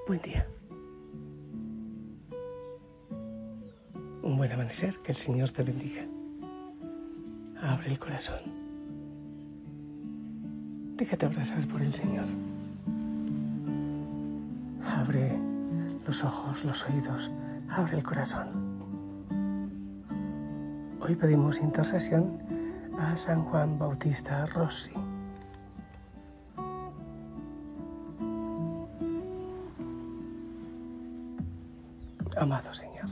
Buen día. Un buen amanecer, que el Señor te bendiga. Abre el corazón. Déjate abrazar por el Señor. Abre los ojos, los oídos, abre el corazón. Hoy pedimos intercesión a San Juan Bautista Rossi. Amado Señor,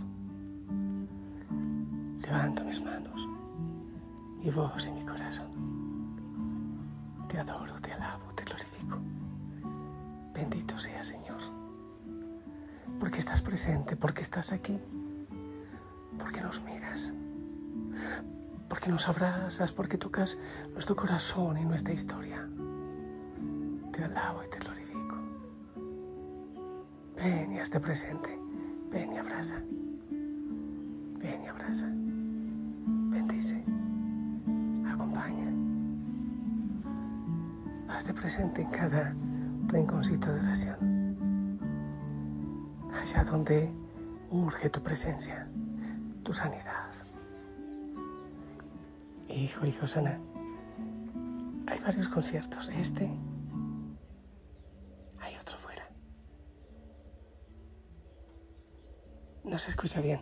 levanto mis manos, mi voz y mi corazón. Te adoro, te alabo, te glorifico. Bendito sea, Señor, porque estás presente, porque estás aquí, porque nos miras, porque nos abrazas, porque tocas nuestro corazón y nuestra historia. Te alabo y te glorifico. Ven y hazte presente. Ven y abraza. Ven y abraza. Bendice. Acompaña. Hazte presente en cada rinconcito de oración. Allá donde urge tu presencia, tu sanidad. Hijo y Josana, hay varios conciertos. Hay otro fuera. No se escucha bien.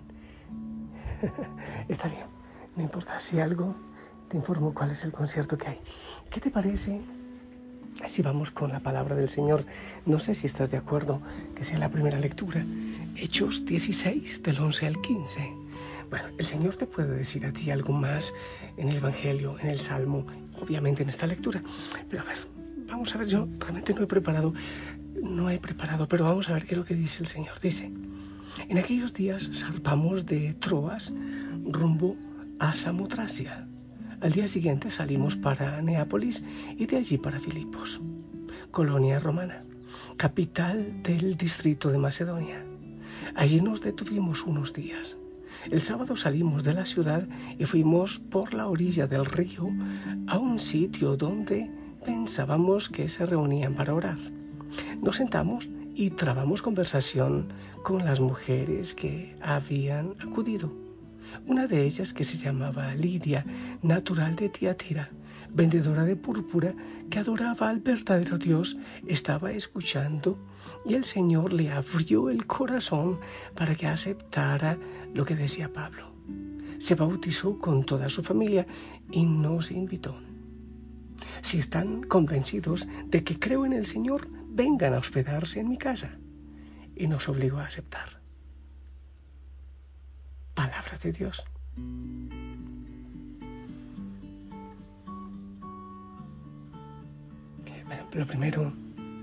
Está bien. No importa, si algo te informo cuál es el concierto que hay. ¿Qué te parece si vamos con la palabra del Señor? No sé si estás de acuerdo que sea la primera lectura. Hechos 16, del 11 al 15. Bueno, el Señor te puede decir a ti algo más en el Evangelio, en el Salmo, obviamente en esta lectura. Pero a ver, vamos a ver, yo realmente no he preparado, pero vamos a ver qué es lo que dice el Señor. Dice: en aquellos días zarpamos de Troas rumbo a Samotracia. Al día siguiente salimos para Neápolis y de allí para Filipos, colonia romana, capital del distrito de Macedonia. Allí nos detuvimos unos días. El sábado salimos de la ciudad y fuimos por la orilla del río a un sitio donde pensábamos que se reunían para orar. Nos sentamos y trabamos conversación con las mujeres que habían acudido. Una de ellas, que se llamaba Lidia, natural de Tiatira, vendedora de púrpura, que adoraba al verdadero Dios, estaba escuchando, y el Señor le abrió el corazón para que aceptara lo que decía Pablo. Se bautizó con toda su familia y nos invitó. Si están convencidos de que creo en el Señor, vengan a hospedarse en mi casa. Y nos obligó a aceptar. Palabra de Dios. Bueno, pero primero,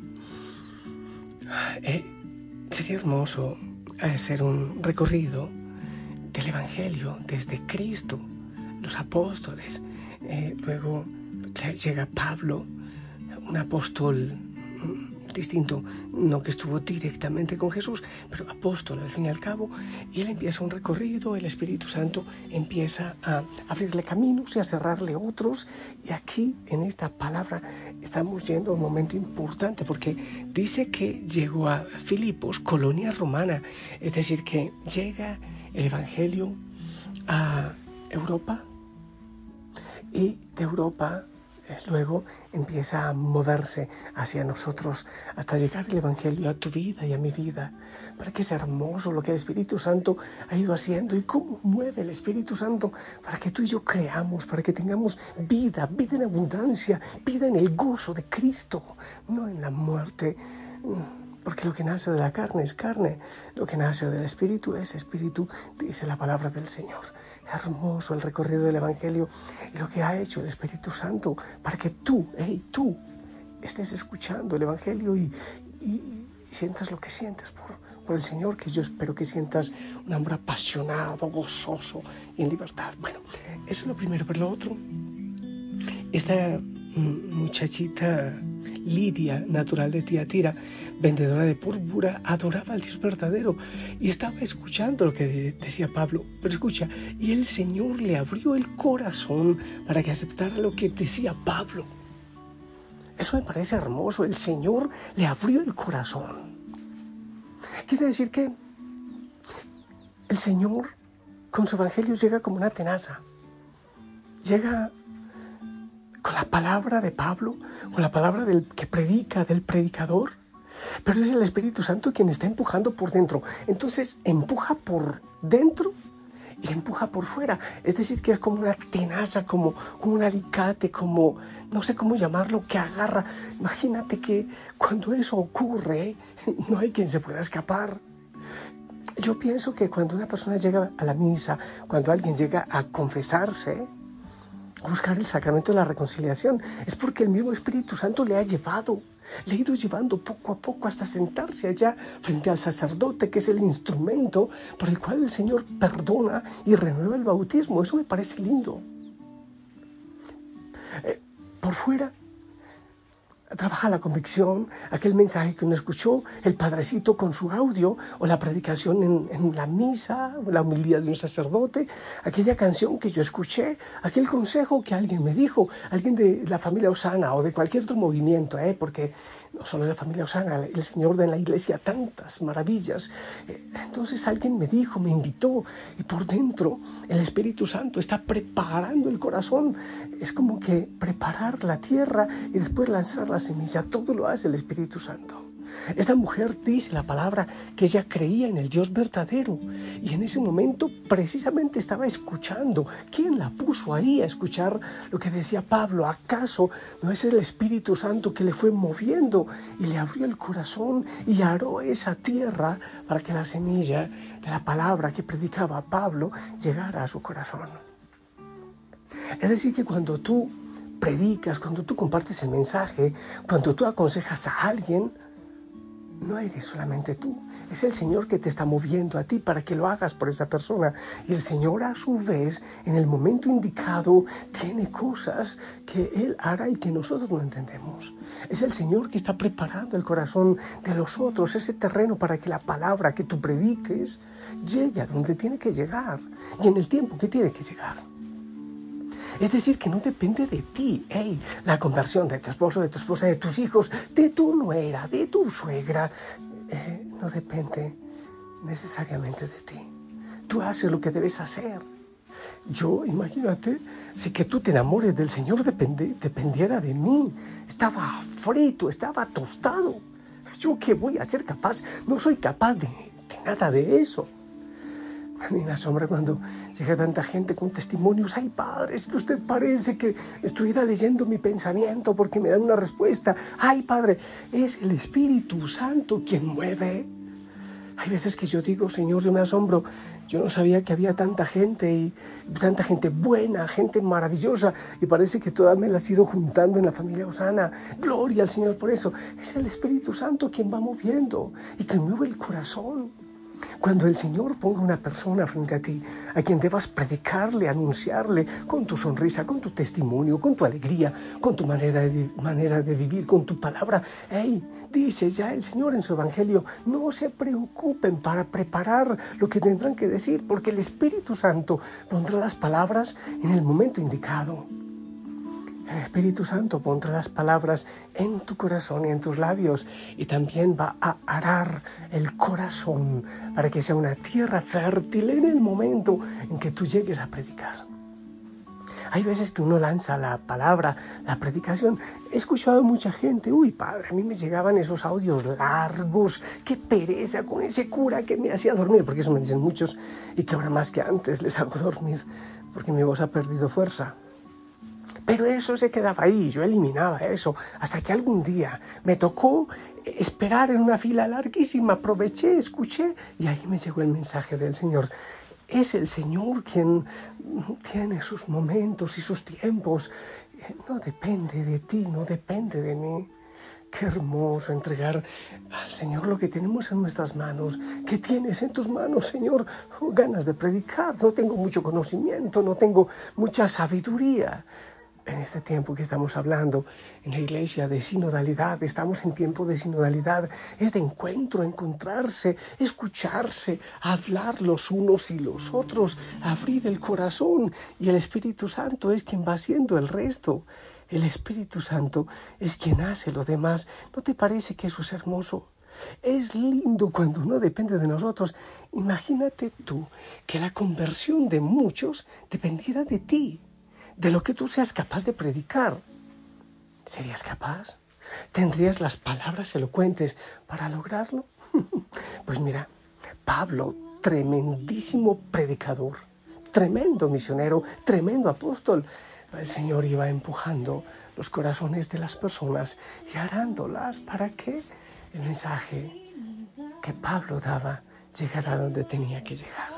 sería hermoso hacer un recorrido del Evangelio desde Cristo, los apóstoles. Luego llega Pablo, un apóstol distinto, no que estuvo directamente con Jesús, pero apóstol al fin y al cabo, y él empieza un recorrido, el Espíritu Santo empieza a abrirle caminos y a cerrarle otros, y aquí en esta palabra estamos yendo a un momento importante, porque dice que llegó a Filipos, colonia romana, es decir, que llega el Evangelio a Europa, y de Europa luego empieza a moverse hacia nosotros hasta llegar el Evangelio a tu vida y a mi vida. Para que sea hermoso lo que el Espíritu Santo ha ido haciendo y cómo mueve el Espíritu Santo para que tú y yo creamos, para que tengamos vida en abundancia, vida en el gozo de Cristo, no en la muerte. Porque lo que nace de la carne es carne, lo que nace del Espíritu es Espíritu, dice la palabra del Señor. Hermoso el recorrido del Evangelio y lo que ha hecho el Espíritu Santo para que tú estés escuchando el Evangelio y sientas lo que sientes por el Señor, que yo espero que sientas un amor apasionado, gozoso y en libertad. Bueno, eso es lo primero, pero lo otro, esta muchachita Lidia, natural de Tiatira, vendedora de púrpura, adoraba al Dios verdadero y estaba escuchando lo que decía Pablo. Pero escucha, y el Señor le abrió el corazón para que aceptara lo que decía Pablo. Eso me parece hermoso. El Señor le abrió el corazón. Quiere decir que el Señor con su evangelio llega como una tenaza. Llega con la palabra de Pablo, con la palabra del que predica, del predicador, pero es el Espíritu Santo quien está empujando por dentro. Entonces empuja por dentro y empuja por fuera. Es decir, que es como una tenaza, como un alicate, como no sé cómo llamarlo, que agarra. Imagínate que cuando eso ocurre, no hay quien se pueda escapar. Yo pienso que cuando una persona llega a la misa, cuando alguien llega a confesarse, a buscar el sacramento de la reconciliación, es porque el mismo Espíritu Santo le ha ido llevando poco a poco hasta sentarse allá frente al sacerdote, que es el instrumento por el cual el Señor perdona y renueva el bautismo. Eso me parece lindo. Por fuera trabaja la convicción, aquel mensaje que uno escuchó, el padrecito con su audio, o la predicación en la misa, o la homilía de un sacerdote, aquella canción que yo escuché, aquel consejo que alguien me dijo, alguien de la familia Osana o de cualquier otro movimiento, porque no solo de la familia Osana, el Señor da en la iglesia tantas maravillas. Entonces alguien me dijo, me invitó, y por dentro el Espíritu Santo está preparando el corazón. Es como que preparar la tierra y después lanzar la semilla. Todo lo hace el Espíritu Santo. Esta mujer dice la palabra que ella creía en el Dios verdadero, y en ese momento precisamente estaba escuchando. ¿Quién la puso ahí a escuchar lo que decía Pablo? ¿Acaso no es el Espíritu Santo que le fue moviendo y le abrió el corazón y aró esa tierra para que la semilla de la palabra que predicaba Pablo llegara a su corazón? Es decir, que cuando tú predicas, cuando tú compartes el mensaje, cuando tú aconsejas a alguien, no eres solamente tú, es el Señor que te está moviendo a ti para que lo hagas por esa persona. Y el Señor, a su vez, en el momento indicado, tiene cosas que Él hará y que nosotros no entendemos. Es el Señor que está preparando el corazón de los otros, ese terreno para que la palabra que tú prediques llegue a donde tiene que llegar y en el tiempo que tiene que llegar. Es decir, que no depende de ti, la conversión de tu esposo, de tu esposa, de tus hijos, de tu nuera, de tu suegra, no depende necesariamente de ti. Tú haces lo que debes hacer. Yo, imagínate, si que tú te enamores del Señor dependiera de mí. Estaba frito, estaba tostado. ¿Yo qué voy a ser capaz? No soy capaz de nada de eso. A mí me asombra cuando llega tanta gente con testimonios. Ay, padre, es que usted parece que estuviera leyendo mi pensamiento porque me dan una respuesta. Ay, padre, es el Espíritu Santo quien mueve. Hay veces que yo digo, Señor, yo me asombro. Yo no sabía que había tanta gente y tanta gente buena, gente maravillosa. Y parece que toda me la has ido juntando en la familia Osana. Gloria al Señor por eso. Es el Espíritu Santo quien va moviendo y que mueve el corazón. Cuando el Señor ponga una persona frente a ti, a quien debas predicarle, anunciarle, con tu sonrisa, con tu testimonio, con tu alegría, con tu manera de vivir, con tu palabra, dice ya el Señor en su Evangelio, no se preocupen para preparar lo que tendrán que decir, porque el Espíritu Santo pondrá las palabras en el momento indicado. El Espíritu Santo pondrá las palabras en tu corazón y en tus labios, y también va a arar el corazón para que sea una tierra fértil en el momento en que tú llegues a predicar. Hay veces que uno lanza la palabra, la predicación. He escuchado a mucha gente, padre, a mí me llegaban esos audios largos, qué pereza con ese cura que me hacía dormir, porque eso me dicen muchos, y que ahora más que antes les hago dormir, porque mi voz ha perdido fuerza. Pero eso se quedaba ahí, yo eliminaba eso, hasta que algún día me tocó esperar en una fila larguísima, aproveché, escuché, y ahí me llegó el mensaje del Señor. Es el Señor quien tiene sus momentos y sus tiempos. No depende de ti, no depende de mí. Qué hermoso entregar al Señor lo que tenemos en nuestras manos. ¿Qué tienes en tus manos, Señor? Ganas de predicar. No tengo mucho conocimiento, no tengo mucha sabiduría. En este tiempo que estamos hablando en la iglesia de sinodalidad, estamos en tiempo de sinodalidad, es de encuentro, encontrarse, escucharse, hablar los unos y los otros, abrir el corazón, y el Espíritu Santo es quien va haciendo el resto. El Espíritu Santo es quien hace lo demás. ¿No te parece que eso es hermoso? Es lindo cuando no depende de nosotros. Imagínate tú que la conversión de muchos dependiera de ti, de lo que tú seas capaz de predicar. ¿Serías capaz? ¿Tendrías las palabras elocuentes para lograrlo? Pues mira, Pablo, tremendísimo predicador, tremendo misionero, tremendo apóstol. El Señor iba empujando los corazones de las personas y arándolas para que el mensaje que Pablo daba llegara a donde tenía que llegar.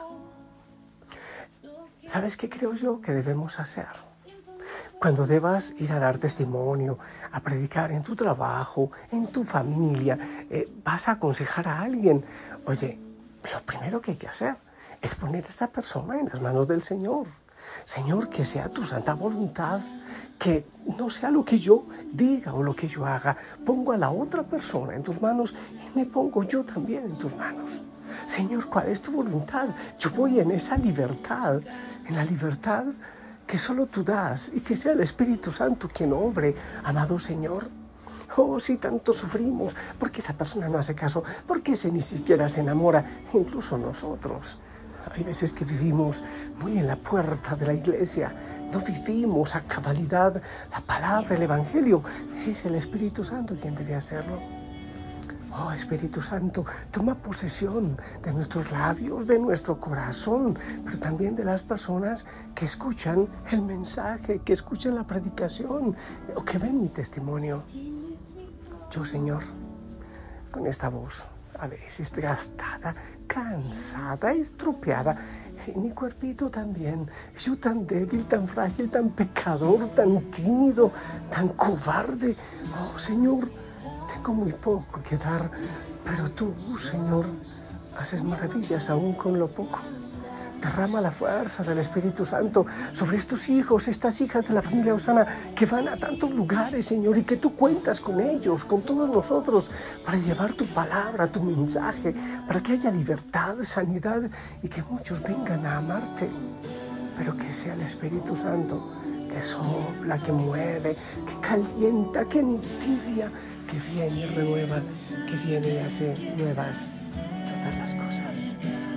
¿Sabes qué creo yo que debemos hacer? Cuando debas ir a dar testimonio, a predicar en tu trabajo, en tu familia, vas a aconsejar a alguien. Oye, lo primero que hay que hacer es poner a esa persona en las manos del Señor. Señor, que sea tu santa voluntad, que no sea lo que yo diga o lo que yo haga. Pongo a la otra persona en tus manos y me pongo yo también en tus manos. Señor, ¿cuál es tu voluntad? Yo voy en esa libertad, en la libertad que solo tú das, y que sea el Espíritu Santo quien obre, amado Señor. Oh, si tanto sufrimos, porque esa persona no hace caso, porque ese ni siquiera se enamora, incluso nosotros. Hay veces que vivimos muy en la puerta de la iglesia, no vivimos a cabalidad la palabra, el Evangelio. Es el Espíritu Santo quien debe hacerlo. Oh, Espíritu Santo, toma posesión de nuestros labios, de nuestro corazón, pero también de las personas que escuchan el mensaje, que escuchan la predicación o que ven mi testimonio. Yo, Señor, con esta voz, a veces gastada, cansada, estropeada, y mi cuerpito también, yo tan débil, tan frágil, tan pecador, tan tímido, tan cobarde. Oh, Señor, tengo muy poco que dar, pero tú, Señor, haces maravillas aún con lo poco. Derrama la fuerza del Espíritu Santo sobre estos hijos, estas hijas de la familia Osana que van a tantos lugares, Señor, y que tú cuentas con ellos, con todos nosotros, para llevar tu palabra, tu mensaje, para que haya libertad, sanidad y que muchos vengan a amarte. Pero que sea el Espíritu Santo que sopla, que mueve, que calienta, que entibia, que viene y renueva, que viene y hace nuevas todas las cosas.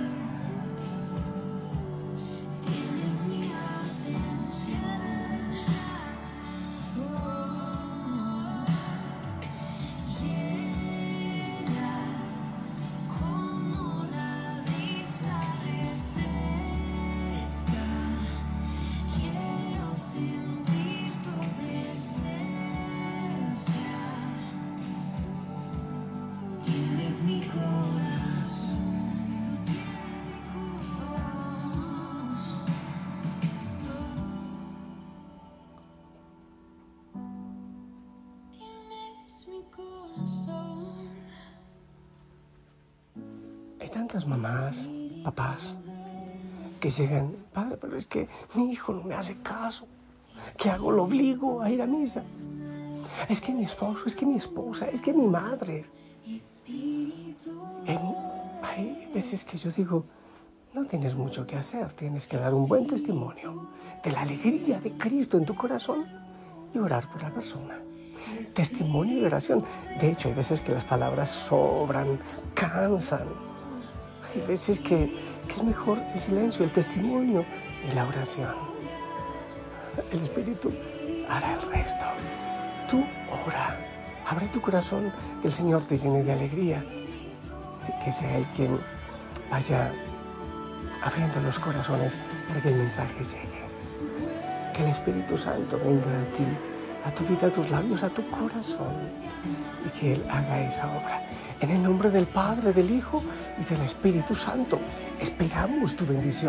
Hay tantas mamás, papás, que llegan, padre, pero es que mi hijo no me hace caso. ¿Qué hago? Lo obligo a ir a misa. Es que mi esposo, es que mi esposa, es que mi madre. Hay veces que yo digo, no tienes mucho que hacer, tienes que dar un buen testimonio de la alegría de Cristo en tu corazón y orar por la persona. Testimonio y oración. De hecho, hay veces que las palabras sobran, cansan. Hay veces que es mejor el silencio, el testimonio y la oración. El Espíritu hará el resto. Tú ora, abre tu corazón, que el Señor te llene de alegría. Que sea Él quien vaya abriendo los corazones para que el mensaje llegue. Que el Espíritu Santo venga a ti, a tu vida, a tus labios, a tu corazón, y que Él haga esa obra. En el nombre del Padre, del Hijo y del Espíritu Santo, esperamos tu bendición.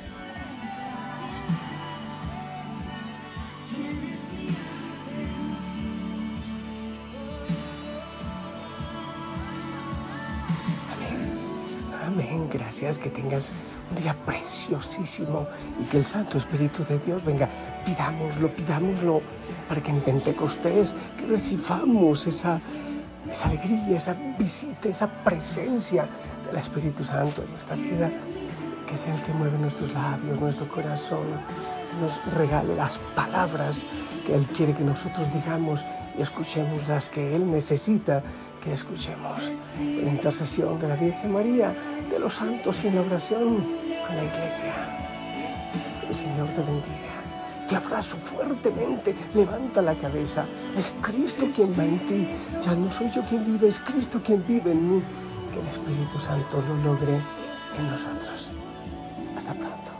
Amén, gracias, que tengas un día preciosísimo y que el Santo Espíritu de Dios venga. Pidámoslo, para que en Pentecostés recibamos esa alegría, esa visita, esa presencia del Espíritu Santo en nuestra vida. Que sea el que mueve nuestros labios, nuestro corazón, nos regale las palabras que Él quiere que nosotros digamos y escuchemos las que Él necesita que escuchemos. Con la intercesión de la Virgen María, de los santos y en la oración con la Iglesia. Que el Señor te bendiga. Te abrazo fuertemente, levanta la cabeza. Es Cristo quien va en ti. Ya no soy yo quien vive, es Cristo quien vive en mí. Que el Espíritu Santo lo logre en nosotros. Hasta pronto.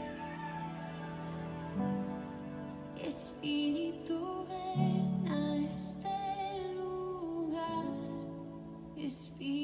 Espíritu, ven a este lugar. Espíritu.